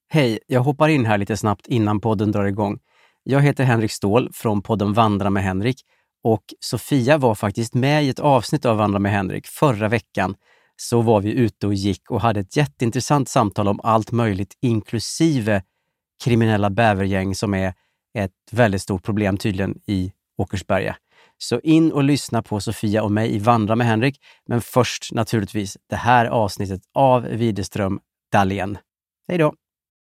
Hej, jag hoppar in här lite snabbt innan podden drar igång. Jag heter Henrik Ståhl från podden Vandra med Henrik och Sofia var faktiskt med i ett avsnitt av Vandra med Henrik förra veckan. Så var vi ute och gick och hade ett jätteintressant samtal om allt möjligt inklusive kriminella bävergäng som är ett väldigt stort problem tydligen i Åkersberga. Så in och lyssna på Sofia och mig i Vandra med Henrik, men först naturligtvis det här avsnittet av Widerström Dahlén. Hej då!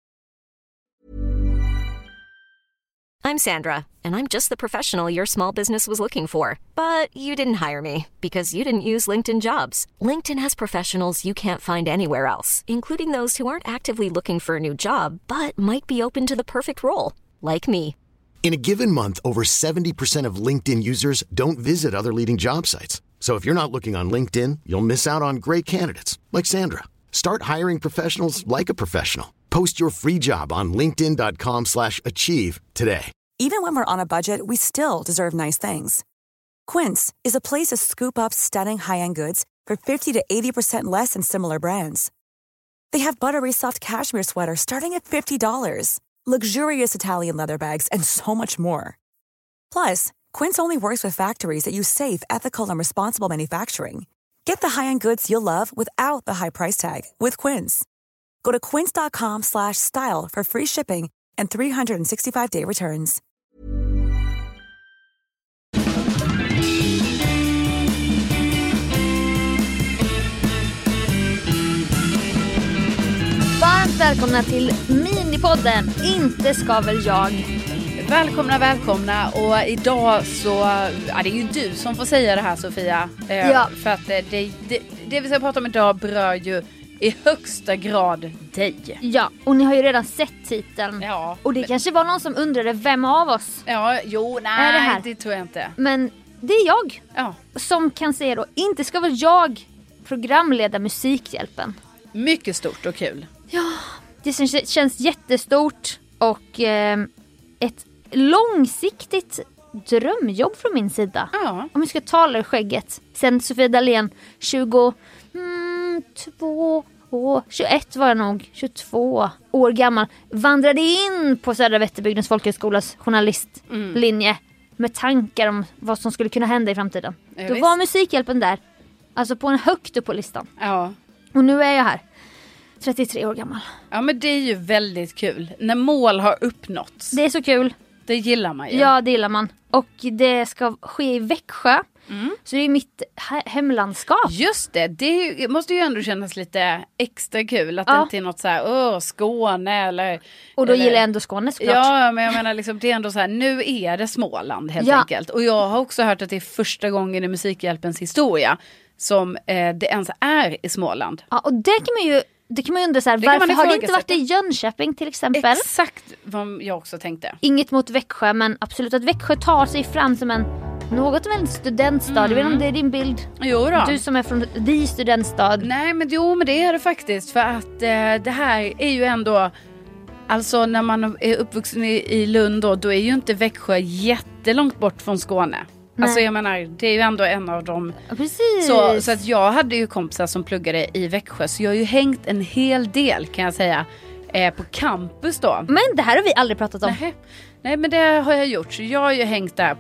I'm Sandra, and I'm just the professional your small business was looking for. But you didn't hire me because you didn't use LinkedIn Jobs. LinkedIn has professionals you can't find anywhere else, including those who aren't actively looking for a new job, but might be open to the perfect role, like me. In a given month, over 70% of LinkedIn users don't visit other leading job sites. So if you're not looking on LinkedIn, you'll miss out on great candidates like Sandra. Start hiring professionals like a professional. Post your free job on linkedin.com/achieve today. Even when we're on a budget, we still deserve nice things. Quince is a place to scoop up stunning high-end goods for 50 to 80% less than similar brands. They have buttery soft cashmere sweaters starting at $50, luxurious Italian leather bags, and so much more. Plus, Quince only works with factories that use safe, ethical, and responsible manufacturing. Get the high-end goods you'll love without the high price tag with Quince. Go to quince.com/style for free shipping and 365-day returns. Varmt välkomna till minipodden Inte ska väl jag. Välkomna och idag så det är ju du som får säga det här, Sofia. Ja. För att det vi ska prata om idag berör ju i högsta grad dig. Ja, och ni har ju redan sett titeln. Ja. Och det kanske var någon som undrade vem av oss. Ja, är det här? Det tror jag inte. Men det är jag som kan säga då, inte ska väl jag programleda Musikhjälpen. Mycket stort och kul. Ja, det känns jättestort och ett långsiktigt drömjobb från min sida. Ja. Om vi ska tala i skägget. Sen Sofia Dahlén 22 år, 21 var jag nog, 22 år gammal, vandrade in på Södra Vätterbygdens folkhögskolas journalistlinje med tankar om vad som skulle kunna hända i framtiden. Ja, då visst. var Musikhjälpen där, alltså på en högt upp på listan. Ja. Och nu är jag här, 33 år gammal. Ja, men det är ju väldigt kul när mål har uppnåtts. Det är så kul. Det gillar man ju. Ja, det gillar man. Och det ska ske i Växjö. Så det är mitt hemlandskap. Just det måste ju ändå kännas lite extra kul att det inte är något så här, Skåne eller... Och då gillar jag ändå Skåne såklart. Ja, men jag menar liksom, det är ändå så här, nu är det Småland helt enkelt. Och jag har också hört att det är första gången i Musikhjälpens historia som det ens är i Småland. Ja, och det kan man ju undra så här, varför har det inte varit i Jönköping till exempel? Exakt vad jag också tänkte. Inget mot Växjö, men absolut att Växjö tar sig fram som något av en studentstad. Jag vet inte om det är din bild. Jo då. Du som är från din studentstad. Nej, men det är det faktiskt. För att det här är ju ändå... Alltså när man är uppvuxen i Lund då är ju inte Växjö jättelångt bort från Skåne. Nej. Alltså jag menar, det är ju ändå en av dem. Ja, precis. Så att jag hade ju kompisar som pluggade i Växjö. Så jag har ju hängt en hel del, kan jag säga, på campus då. Men det här har vi aldrig pratat om. Nej, men det har jag gjort. Så jag har ju hängt där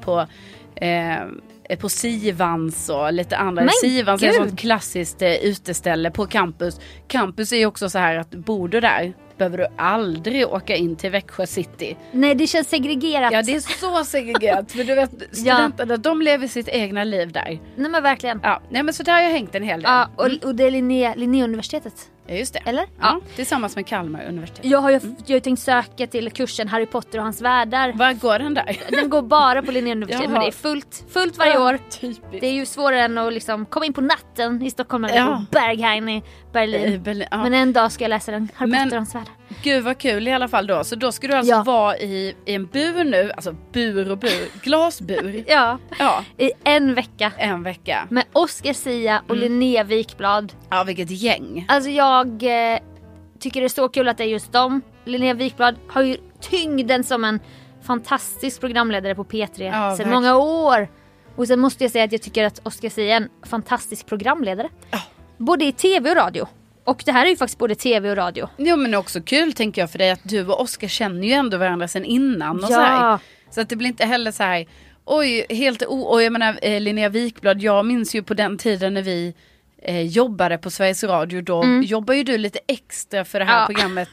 på Sivans och lite andra. Men Sivans är Gud. ett sånt klassiskt uteställe på campus. Campus är ju också så här att bor du där behöver du aldrig åka in till Växjö city. Nej, det känns segregerat. Ja, det är så segregerat. För du vet, studenterna, de lever sitt egna liv där. Nej, men verkligen. Ja, nej, men så där har jag hängt en hel del. Ja, och det är Linnéuniversitetet. Ja, just det. Eller? Ja, tillsammans med Kalmar universitet. Jag har ju tänkt söka till kursen Harry Potter och hans världar. Var går den där? Den går bara på Linnéuniversitetet, men det är fullt varje år. Typiskt. Det är ju svårare än att liksom komma in på natten i Stockholm eller på Berghain i Berlin. Men en dag ska jag läsa den Harry Potter och hans världar. Gud vad kul i alla fall då. Så då ska du alltså vara i en bur nu. Alltså bur, glasbur. Ja, i en vecka. En vecka. Med Oscar Sia och Linnea Wikblad. Ja, vilket gäng. Alltså jag tycker det är så kul att det är just dem. Linnea Wikblad har ju tyngden som en fantastisk programledare på P3 sedan många år. Och sen måste jag säga att jag tycker att Oscar Sia är en fantastisk programledare. Både i tv och radio. Och det här är ju faktiskt både tv och radio. Jo, men också kul tänker jag för dig att du och Oskar känner ju ändå varandra sedan innan. Och Ja. så här. Så att det blir inte heller så här, oj, och jag menar Linnea Wikblad, jag minns ju på den tiden när vi jobbade på Sveriges Radio, då jobbar ju du lite extra för det här programmet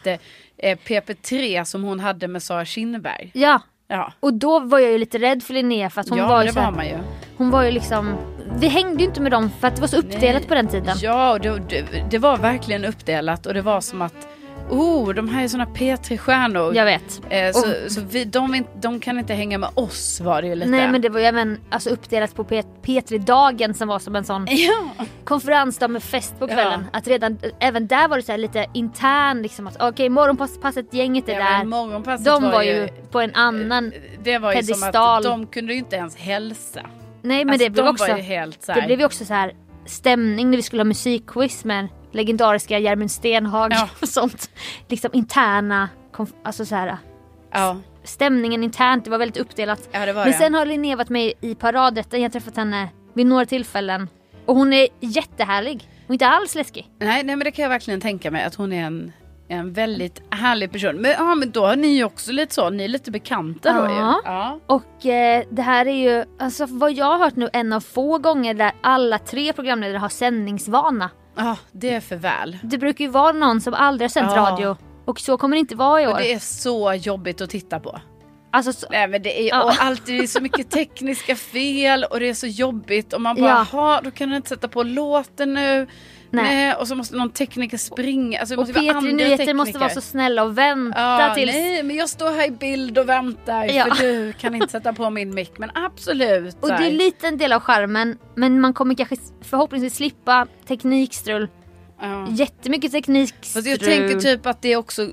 PP3 som hon hade med Sara Kinberg. Ja. Ja. Och då var jag ju lite rädd för Linnea för att hon var ju så här, man ju. Hon var ju liksom, vi hängde ju inte med dem för att det var så uppdelat på den tiden. Ja, och det var verkligen uppdelat och det var som att de här är såna P3-stjärnor. Jag vet. Så de kan inte hänga med oss, var det ju lite. Nej, men det var ju även uppdelat på P3-dagen som var som en sån konferensdag med fest på kvällen. Att även där var det så här lite intern liksom att okej, morgonpasset gänget är där. De var ju på en annan det var ju pedestal. som att de kunde ju inte ens hälsa. Nej, men alltså, det blev de också var ju helt så här. det blev ju också så här stämning när vi skulle ha musikquiz med legendariska Järmin Stenhag och sånt. Liksom interna alltså så här. Ja. Stämningen internt, det var väldigt uppdelat. Ja, det var men det. Sen har Linnea varit med i Paradrätten. Jag har träffat henne vid några tillfällen. Och hon är jättehärlig. Och inte alls läskig. Nej, men det kan jag verkligen tänka mig. Att hon är en väldigt härlig person. Men då har ni ju också lite så. Ni är lite bekanta då ju. Ja. Och det här är ju, alltså vad jag har hört nu, en av få gånger där alla 3 programledare har sändningsvana. Ja, det är för väl. Det brukar ju vara någon som aldrig har sänt radio. Och så kommer det inte vara i år. Och det är så jobbigt att titta på. Alltså Nej, men det är och alltid det är så mycket tekniska fel och det är så jobbigt och man bara då kan du inte sätta på låten nu. Nej, och så måste någon tekniker springa. Alltså, och P3 Nyheter måste vara så snälla och vänta tills... Nej, men jag står här i bild och väntar för du kan inte sätta på min mick. Men absolut. Och det är lite en del av charmen, men man kommer kanske förhoppningsvis slippa teknikstrul. Jättemycket teknikstrul. Fast jag tänker typ att det är också...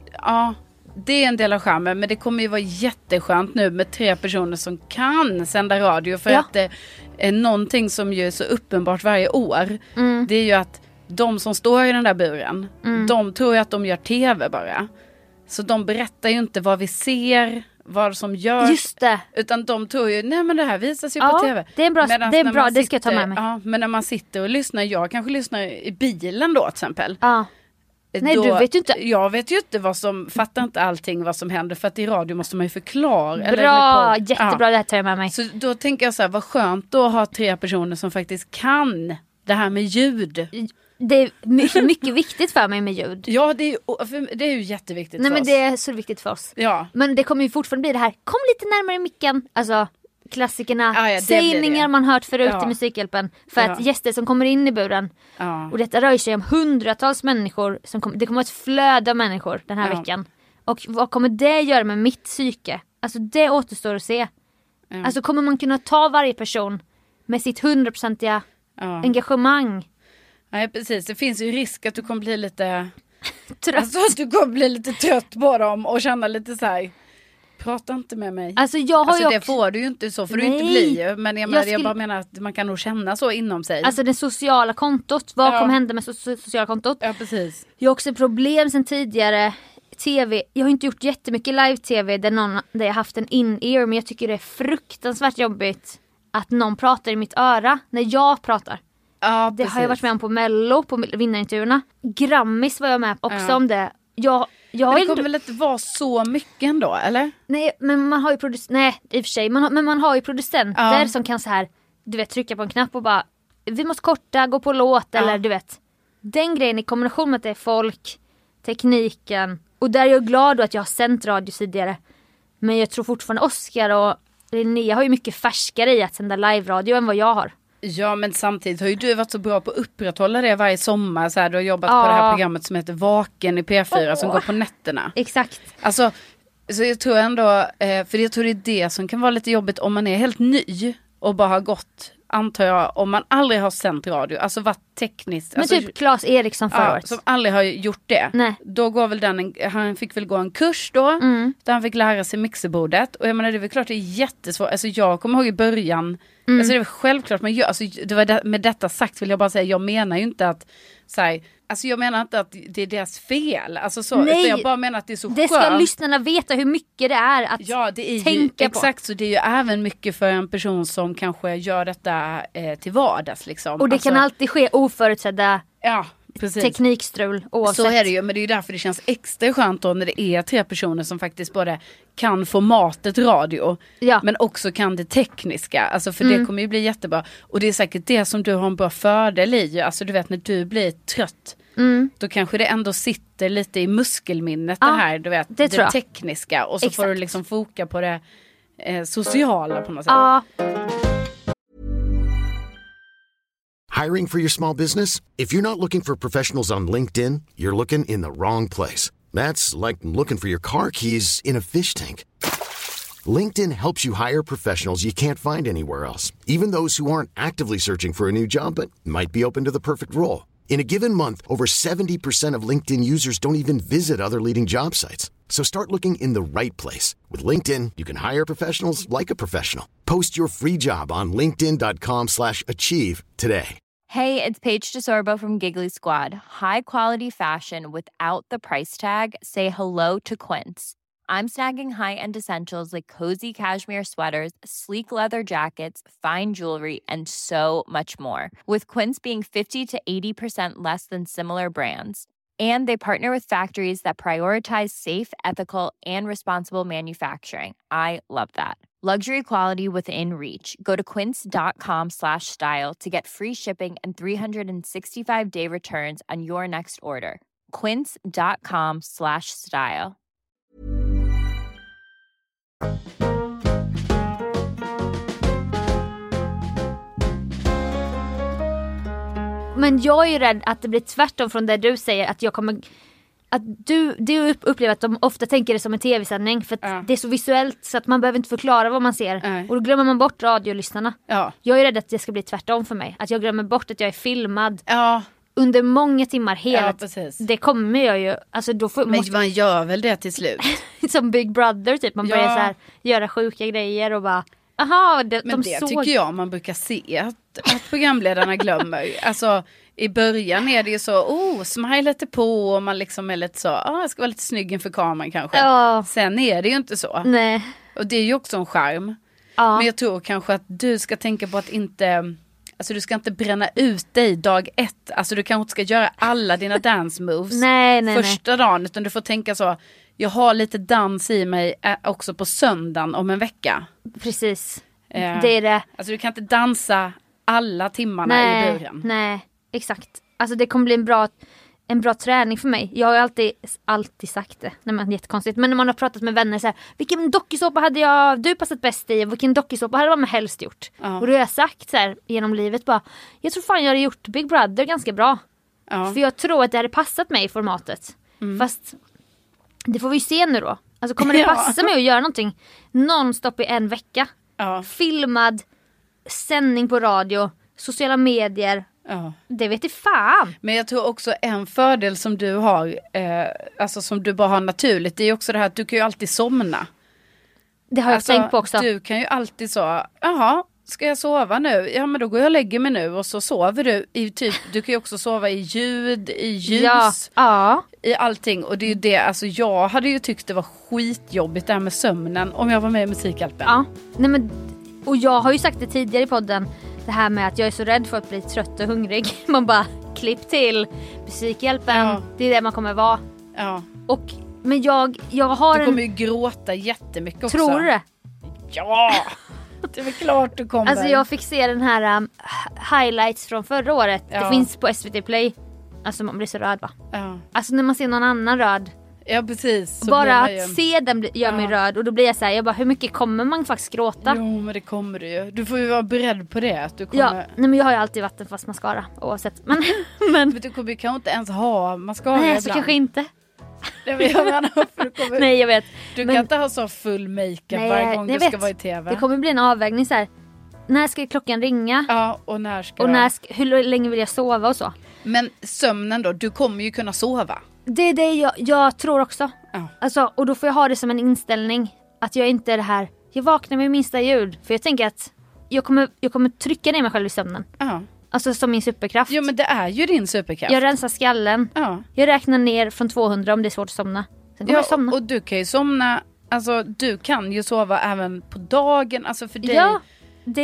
det är en del av charmen, men det kommer ju vara jätteskönt nu med 3 personer som kan sända radio. För att det är någonting som ju är så uppenbart varje år. Det är ju att de som står i den där buren, de tror ju att de gör tv bara. Så de berättar ju inte vad vi ser, vad som görs. Just det. Utan de tror ju, nej men det här visas ju på tv. Det är bra, det ska jag ta med mig. Ja, men när man sitter och lyssnar, jag kanske lyssnar i bilen då till exempel. Ja. Nej, du vet ju inte. Jag vet ju inte fattar inte allting vad som händer, för att i radio måste man ju förklara. Bra, jättebra, det här tar jag med mig. Så då tänker jag så här, vad skönt då att ha 3 personer som faktiskt kan det här med ljud. Det är mycket viktigt för mig med ljud. Ja, det är ju jätteviktigt för oss. Nej, men det är så viktigt för oss. Ja. Men det kommer ju fortfarande bli det här, kom lite närmare micken. Alltså klassikerna, sägningar man hört förut i Musikhjälpen. För att gäster som kommer in i buren. Och detta rör sig om hundratals människor. Det kommer ett flöde av människor den här veckan. Och vad kommer det göra med mitt psyke? Alltså det återstår att se. Alltså kommer man kunna ta varje person med sitt 100-procentiga engagemang? Nej, precis. Det finns ju risk att du kommer bli lite trött. Alltså att du kommer bli lite trött på dem och känna lite så här, prata inte med mig. Alltså det får du ju inte, så får du inte bli. Men jag bara menar att man kan nog känna så inom sig. Alltså det sociala kontot, vad kommer hända med sociala kontot? Ja, precis. Jag har också problem sen tidigare. TV, jag har inte gjort jättemycket live-tv där jag haft en in-ear, men jag tycker det är fruktansvärt jobbigt att någon pratar i mitt öra när jag pratar. Ja, det har jag varit med om på Mello, på vinnarintervjuerna. Grammis var jag med också om det. Men det kommer väl inte vara så mycket ändå, eller? Nej, men man har ju nej, i och för sig. Men man har ju producenter som kan så här, du vet, trycka på en knapp och bara, vi måste korta, gå på låt, eller du vet. Den grejen i kombination med att det är folk, tekniken. Och där är jag glad då att jag har sänt radio tidigare. Men jag tror fortfarande Oskar och Linnea har ju mycket färskare i att sända live-radio än vad jag har. Ja, men samtidigt har ju du varit så bra på att upprätthålla det varje sommar. Så här, du har jobbat på det här programmet som heter Vaken i P4 som går på nätterna. Exakt. Alltså, så jag tror ändå, för jag tror det är det som kan vara lite jobbigt om man är helt ny och bara har gått, antar jag, om man aldrig har sänt radio, alltså varit tekniskt. Men alltså, typ Claes Eriksson förra året. Som aldrig har gjort det. Nej. Då går väl han fick väl gå en kurs då, där han fick lära sig mixerbordet. Och jag menar, det är väl klart det är jättesvårt. Alltså jag kommer ihåg i början, alltså det är väl självklart, men det var med detta sagt vill jag bara säga, jag menar ju inte att så här, alltså jag menar inte att det är deras fel. Alltså så, utan jag bara menar att det är så skönt. Det ska lyssnarna veta hur mycket det är att det är tänka ju, på. Exakt, så det är ju även mycket för en person som kanske gör detta till vardags liksom. Och det kan alltid ske oförutsedda teknikstrul oavsett. Så är det ju, men det är ju därför det känns extra skönt då när det är 3 personer som faktiskt både kan formatet radio men också kan det tekniska. Alltså för det kommer ju bli jättebra. Och det är säkert det som du har en bra fördel i. Alltså du vet när du blir trött då kanske det ändå sitter lite i muskelminnet det här, du vet, det tekniska. Och så får du liksom foka på det sociala på något sätt. Hiring for your small business? If you're not looking for professionals on LinkedIn, you're looking in the wrong place. That's like looking for your car keys in a fish tank. LinkedIn helps you hire professionals you can't find anywhere else, even those who aren't actively searching for a new job but might be open to the perfect role. In a given month, over 70% of LinkedIn users don't even visit other leading job sites. So start looking in the right place. With LinkedIn, you can hire professionals like a professional. Post your free job on linkedin.com/achieve today. Hey, it's Paige DeSorbo from Giggly Squad. High quality fashion without the price tag. Say hello to Quince. I'm snagging high-end essentials like cozy cashmere sweaters, sleek leather jackets, fine jewelry, and so much more. With Quince being 50 to 80% less than similar brands. And they partner with factories that prioritize safe, ethical, and responsible manufacturing. I love that. Luxury quality within reach. Go to quince.com/style to get free shipping and 365-day returns on your next order. Quince.com/style. Men jag är ju rädd att det blir tvärtom från det du säger, att jag kommer att du upplever att de ofta tänker det som en tv-sändning för att det är så visuellt så att man behöver inte förklara vad man ser och då glömmer man bort radiolyssnarna. Jag är rädd att det ska bli tvärtom för mig, att jag glömmer bort att jag är filmad under många timmar det kommer jag ju alltså då men man gör väl det till slut som Big Brother typ, man börjar så här, göra sjuka grejer och bara aha, men det tycker jag man brukar se att programledarna glömmer. Alltså i början är det ju så, smile lite på och man liksom är lite så, jag ska vara lite snygg inför kameran kanske. Sen är det ju inte så. Nej. Och det är ju också en charm. Men jag tror kanske att du ska tänka på att inte, alltså du ska inte bränna ut dig dag 1. Alltså du kanske inte ska göra alla dina dance moves första dagen, utan du får tänka så, jag har lite dans i mig också på söndagen om en vecka. Precis. Det är det. Alltså du kan inte dansa alla timmarna i buren. Nej, exakt. Alltså det kommer bli en bra träning för mig. Jag har alltid sagt det. Nej, men jättekonstigt. Men när man har pratat med vänner så här, vilken dokusåpa hade du passat bäst i? Vilken dokusåpa hade man helst gjort? Och då har jag sagt så här genom livet bara, jag tror fan jag hade gjort Big Brother ganska bra. För jag tror att det hade passat mig i formatet. Fast det får vi se nu då. Alltså kommer det passa mig att göra någonting nonstop i en vecka? Filmad, sändning på radio, sociala medier. Det vet jag fan. Men jag tror också en fördel som du har, alltså som du bara har naturligt, det är också det här att du kan ju alltid somna. Det har jag tänkt på också. Du kan ju alltid så, ska jag sova nu? Ja, men då går jag och lägger mig nu och så sover du i typ, du kan ju också sova i ljud, i ljus, i allting. Och det är ju det, alltså jag hade ju tyckt det var skitjobbigt det här med sömnen om jag var med i Musikhjälpen. Nej men, och jag har ju sagt det tidigare i podden, det här med att jag är så rädd för att bli trött och hungrig. Man bara, klipp till Musikhjälpen, det är det man kommer vara. Men jag har du kommer ju gråta jättemycket också. Tror du det? Ja! Det är väl klart du kommer. Alltså jag fick se den här highlights från förra året. Det finns på SVT Play. Alltså man blir så röd va? Alltså när man ser någon annan röd. Ja precis. Så bara att se den gör mig röd. Och då blir jag så här, jag bara, hur mycket kommer man faktiskt gråta? Jo men det kommer du ju. Du får ju vara beredd på det. Att du kommer... nej men jag har ju alltid vattenfast mascara oavsett. Men du kommer ju kanske inte ens ha mascara. Nej så kanske inte. Nej jag vet. Du kan inte ha så full makeup varje gång du ska vara i tv. Det kommer bli en avvägning så här. När ska klockan ringa? Och när hur länge vill jag sova och så. Men sömnen då, du kommer ju kunna sova. Det är det jag tror också. Alltså, och då får jag ha det som en inställning. Att jag inte är det här, jag vaknar med minsta ljud. För jag tänker att jag kommer trycka ner mig själv i sömnen. Alltså som min superkraft. Jo men det är ju din superkraft. Jag rensar skallen. Jag räknar ner från 200 om det är svårt att somna. Sen kommer jag somna. Och du kan ju somna. Alltså du kan ju sova även på dagen. Alltså för dig.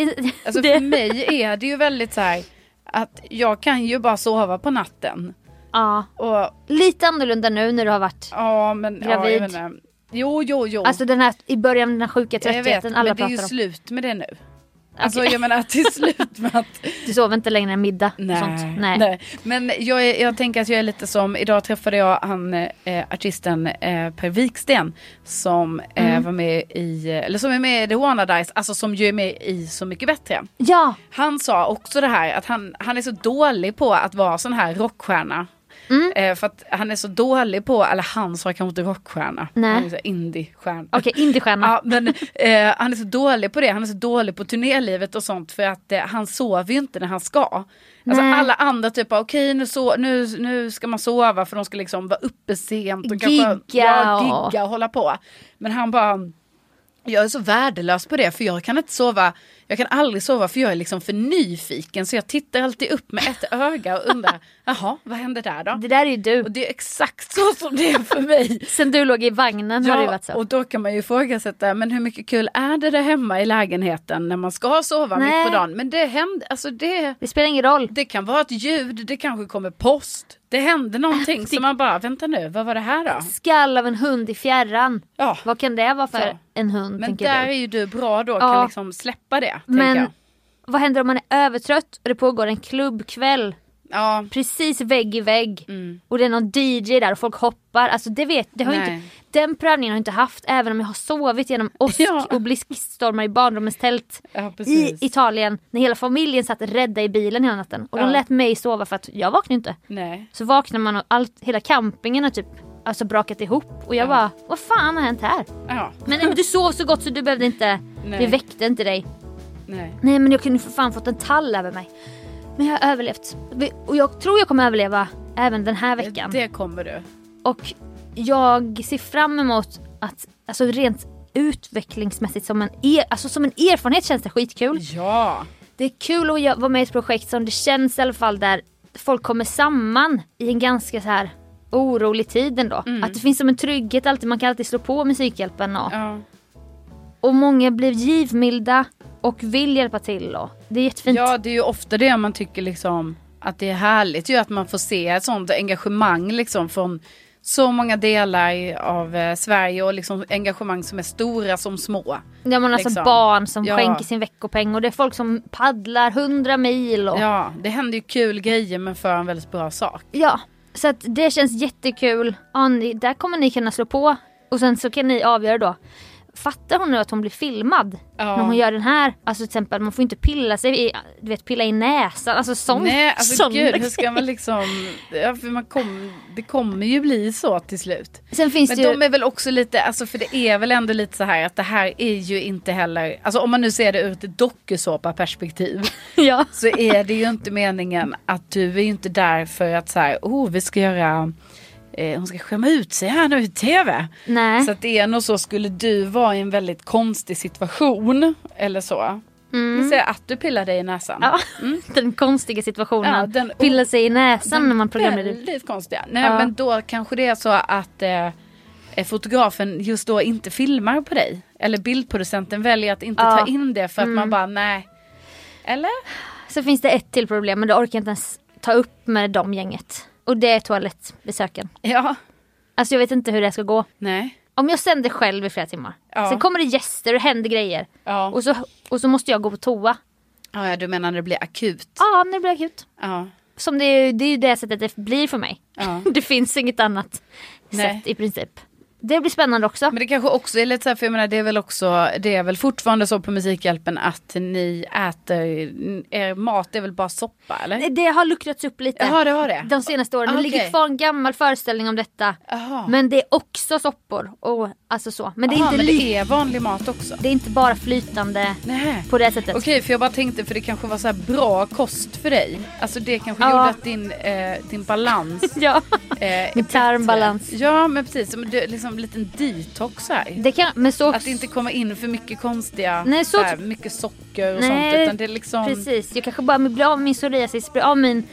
Alltså för mig är det ju väldigt så här. Att jag kan ju bara sova på natten. Ja. Och lite annorlunda nu när du har varit gravid. Jag vet inte. Jo. Alltså den här, i början den här sjuka tröttheten alla pratar om. Men det är ju slut med det nu. Alltså jag menar till slut med att... Du sover inte längre en middag. Nej. Men jag tänker att jag är lite som... Idag träffade jag artisten Per Wiksten som var med i... Eller som är med i The Wannadies. Alltså som ju är med i Så mycket bättre. Ja. Han sa också det här att han är så dålig på att vara sån här rockstjärna. För att han är så dålig på, eller han sa kanske inte rockstjärna. Nej. Han är så indiestjärna. Okej, indiestjärna. Ja, men han är så dålig på det. Han är så dålig på turnélivet och sånt för att han sover ju inte när han ska. Alltså alla andra typ, okej, nu ska man sova för de ska liksom vara uppe sent och gigga och hålla på. Men han bara, jag är så värdelös på det för jag kan inte sova. Jag kan aldrig sova för jag är liksom för nyfiken så jag tittar alltid upp med ett öga och undrar, jaha, vad hände där då? Det där är ju du. Och det är exakt så som det är för mig. Sen du låg i vagnen har det varit så. Och då kan man ju ifrågasätta, men hur mycket kul är det där hemma i lägenheten när man ska sova mitt på dagen? Men det händer, alltså det spelar ingen roll. Det kan vara ett ljud, det kanske kommer post. Det händer någonting så man bara, vänta nu, vad var det här då? Skall av en hund i fjärran. Ja. Vad kan det vara för en hund? Men där är ju du bra då, kan liksom släppa det. Men jag. Vad händer om man är övertrött och det pågår en klubbkväll? Ja. Precis vägg i vägg. Och det är någon DJ där och folk hoppar. Alltså den prövningen har jag inte haft. Även om jag har sovit genom åsk och bliskstormar i barndomens tält i Italien. När hela familjen satt rädda i bilen hela natten. Och de lät mig sova för att jag vaknade inte. Nej. Så vaknar man och hela campingen har typ brakat ihop. Och jag bara, vad fan har hänt här? Ja. Men du sov så gott så du behövde inte, vi väckte inte dig. Nej, men jag kunde för fan fått en tall över mig. Men jag har överlevt. Och jag tror jag kommer överleva även den här veckan. Det kommer du. Och jag ser fram emot att, alltså rent utvecklingsmässigt som en erfarenhet känns det skitkul. Ja. Det är kul att vara med i ett projekt som det känns i alla fall där folk kommer samman i en ganska så här orolig tid ändå. Att det finns som en trygghet alltid. Man kan alltid slå på Musikhjälpen och många blir givmilda och vill hjälpa till. Det är jättefint. Ja, det är ju ofta det man tycker liksom att det är härligt ju att man får se ett sånt engagemang liksom från så många delar av Sverige och liksom engagemang som är stora som små. Ja, men alltså liksom. Barn som skänker sin veckopeng och det är folk som paddlar 100 mil. Ja, det händer ju kul grejer men för en väldigt bra sak. Ja, så att det känns jättekul. Där kommer ni kunna slå på och sen så kan ni avgöra då. Fattar hon nu att hon blir filmad när hon gör den här? Alltså till exempel, man får inte pilla sig i, pilla i näsan. Alltså sånt. Nej, alltså gud, hur ska man liksom... Ja, för det kommer ju bli så till slut. Sen finns men det ju... de är väl också lite, alltså för det är väl ändå lite så här att det här är ju inte heller... Alltså om man nu ser det ur ett dokusåpa-perspektiv så är det ju inte meningen att du är ju inte där för att så här, vi ska göra... hon ska skämma ut sig här nu i tv. Nej. Så att det är nog så, skulle du vara i en väldigt konstig situation eller så. Vi säger att du pillar dig i näsan. Ja, den konstiga situationen. Pillar sig i näsan när man programmerar. Väldigt konstiga. Nej, men då kanske det är så att fotografen just då inte filmar på dig. Eller bildproducenten väljer att inte ta in det för att man bara, nej. Eller? Så finns det ett till problem, men det orkar jag inte ens ta upp med de gänget. Och det är toalettbesöken. Ja. Alltså jag vet inte hur det ska gå. Nej. Om jag sänder själv i flera timmar. Sen kommer det gäster och händer grejer. Och så måste jag gå på toa. Ja, du menar när det blir akut? Ja, när det blir akut. Ja. Som det är ju det sättet det blir för mig. Ja. Det finns inget annat sätt i princip. Det blir spännande också. Men det kanske också är lite så här, för jag menar, det är väl fortfarande så på Musikhjälpen att ni äter, er mat är väl bara soppa, eller? Det har luckrats upp lite. Jaha, det har det. De senaste åren. Det ligger kvar en gammal föreställning om detta. Aha. Men det är också soppor. Och, alltså så. Men det är inte men det är vanlig mat också. Det är inte bara flytande på det sättet. Okej, för jag bara tänkte, för det kanske var så här bra kost för dig. Alltså det kanske gjorde att din balans. Min tarmbalans. Ja, men precis. Men det liksom en liten detox här. Det kan, men så... Att det inte kommer in för mycket konstiga, så mycket socker och sånt. Utan det är liksom... Precis, jag kanske bara blir av min psoriasis, blir av min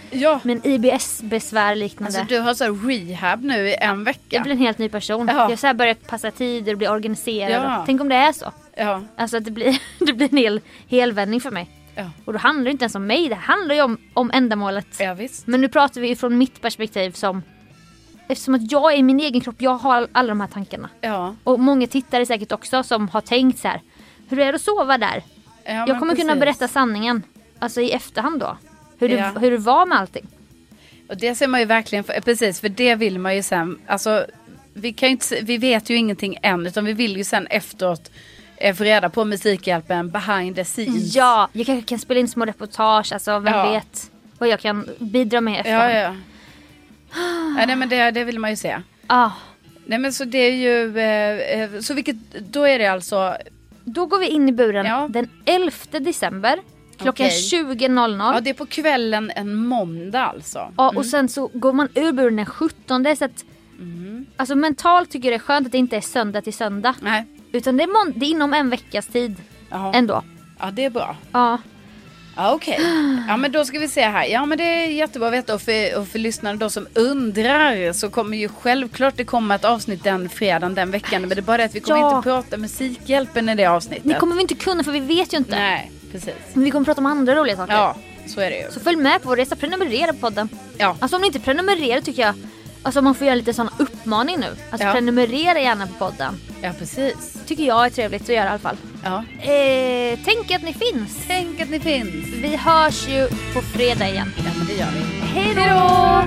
IBS-besvär liknande. Alltså du har så här rehab nu i en vecka. Jag blir en helt ny person. Jag har så här börjat passa tider och bli organiserad. Tänk om det är så. Ja. Alltså att det blir en helvändning för mig. Ja. Och då handlar det inte ens om mig, det handlar ju om ändamålet. Ja, visst. Men nu pratar vi ju från mitt perspektiv eftersom att jag är i min egen kropp, jag har alla de här tankarna. Ja. Och många tittare säkert också som har tänkt så här, hur är det att sova där? Ja, jag kommer kunna berätta sanningen, alltså i efterhand då. Hur det var med allting. Och det ser man ju verkligen, precis, för det vill man ju sen, alltså vi vet ju ingenting än, utan vi vill ju sen efteråt få reda på Musikhjälpen behind the scenes. Ja, jag kanske kan spela in små reportage, alltså vem vet vad jag kan bidra med efteråt. Ja. Nej, men det vill man ju se. Nej, men så det är ju så då är det alltså. Då går vi in i buren den 11 december klockan 20.00. Ja, det är på kvällen en måndag alltså. Ja, och sen så går man ur buren den 17, så att alltså mentalt tycker jag det är skönt att det inte är söndag till söndag. Nej. Utan det är inom en veckas tid. Ändå. Ja, det är bra. Ja. Ja, okej. Ja, men då ska vi se här. Ja, men det är jättebra att veta. Och för lyssnare då som undrar, så kommer ju självklart det komma ett avsnitt den fredagen, den veckan. Men det är bara det att vi kommer inte prata Musikhjälpen i det avsnittet. Det kommer vi inte kunna, för vi vet ju inte. Nej, precis. Men vi kommer prata om andra roliga saker. Ja, så är det ju. Så följ med på vår resa, prenumerera på podden. Ja. Alltså om ni inte prenumererar tycker jag, alltså man får göra lite sån uppmaning nu. Alltså prenumerera gärna på podden. Ja, precis. Tycker jag är trevligt att göra i alla fall. Ja. Tänk att ni finns. Tänk att ni finns. Vi hörs ju på fredag igen. Ja, men det gör vi. Hej då!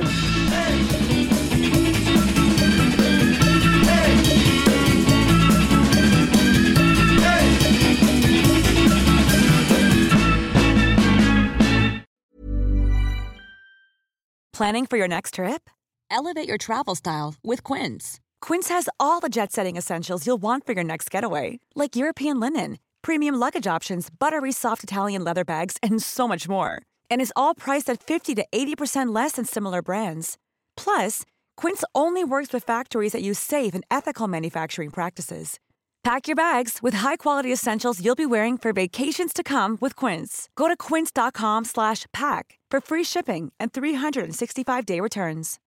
Planning for your next trip? Elevate your travel style with Quince. Quince has all the jet-setting essentials you'll want for your next getaway, like European linen, premium luggage options, buttery soft Italian leather bags, and so much more. And is all priced at 50 to 80% less than similar brands. Plus, Quince only works with factories that use safe and ethical manufacturing practices. Pack your bags with high-quality essentials you'll be wearing for vacations to come with Quince. Go to quince.com/pack for free shipping and 365-day returns.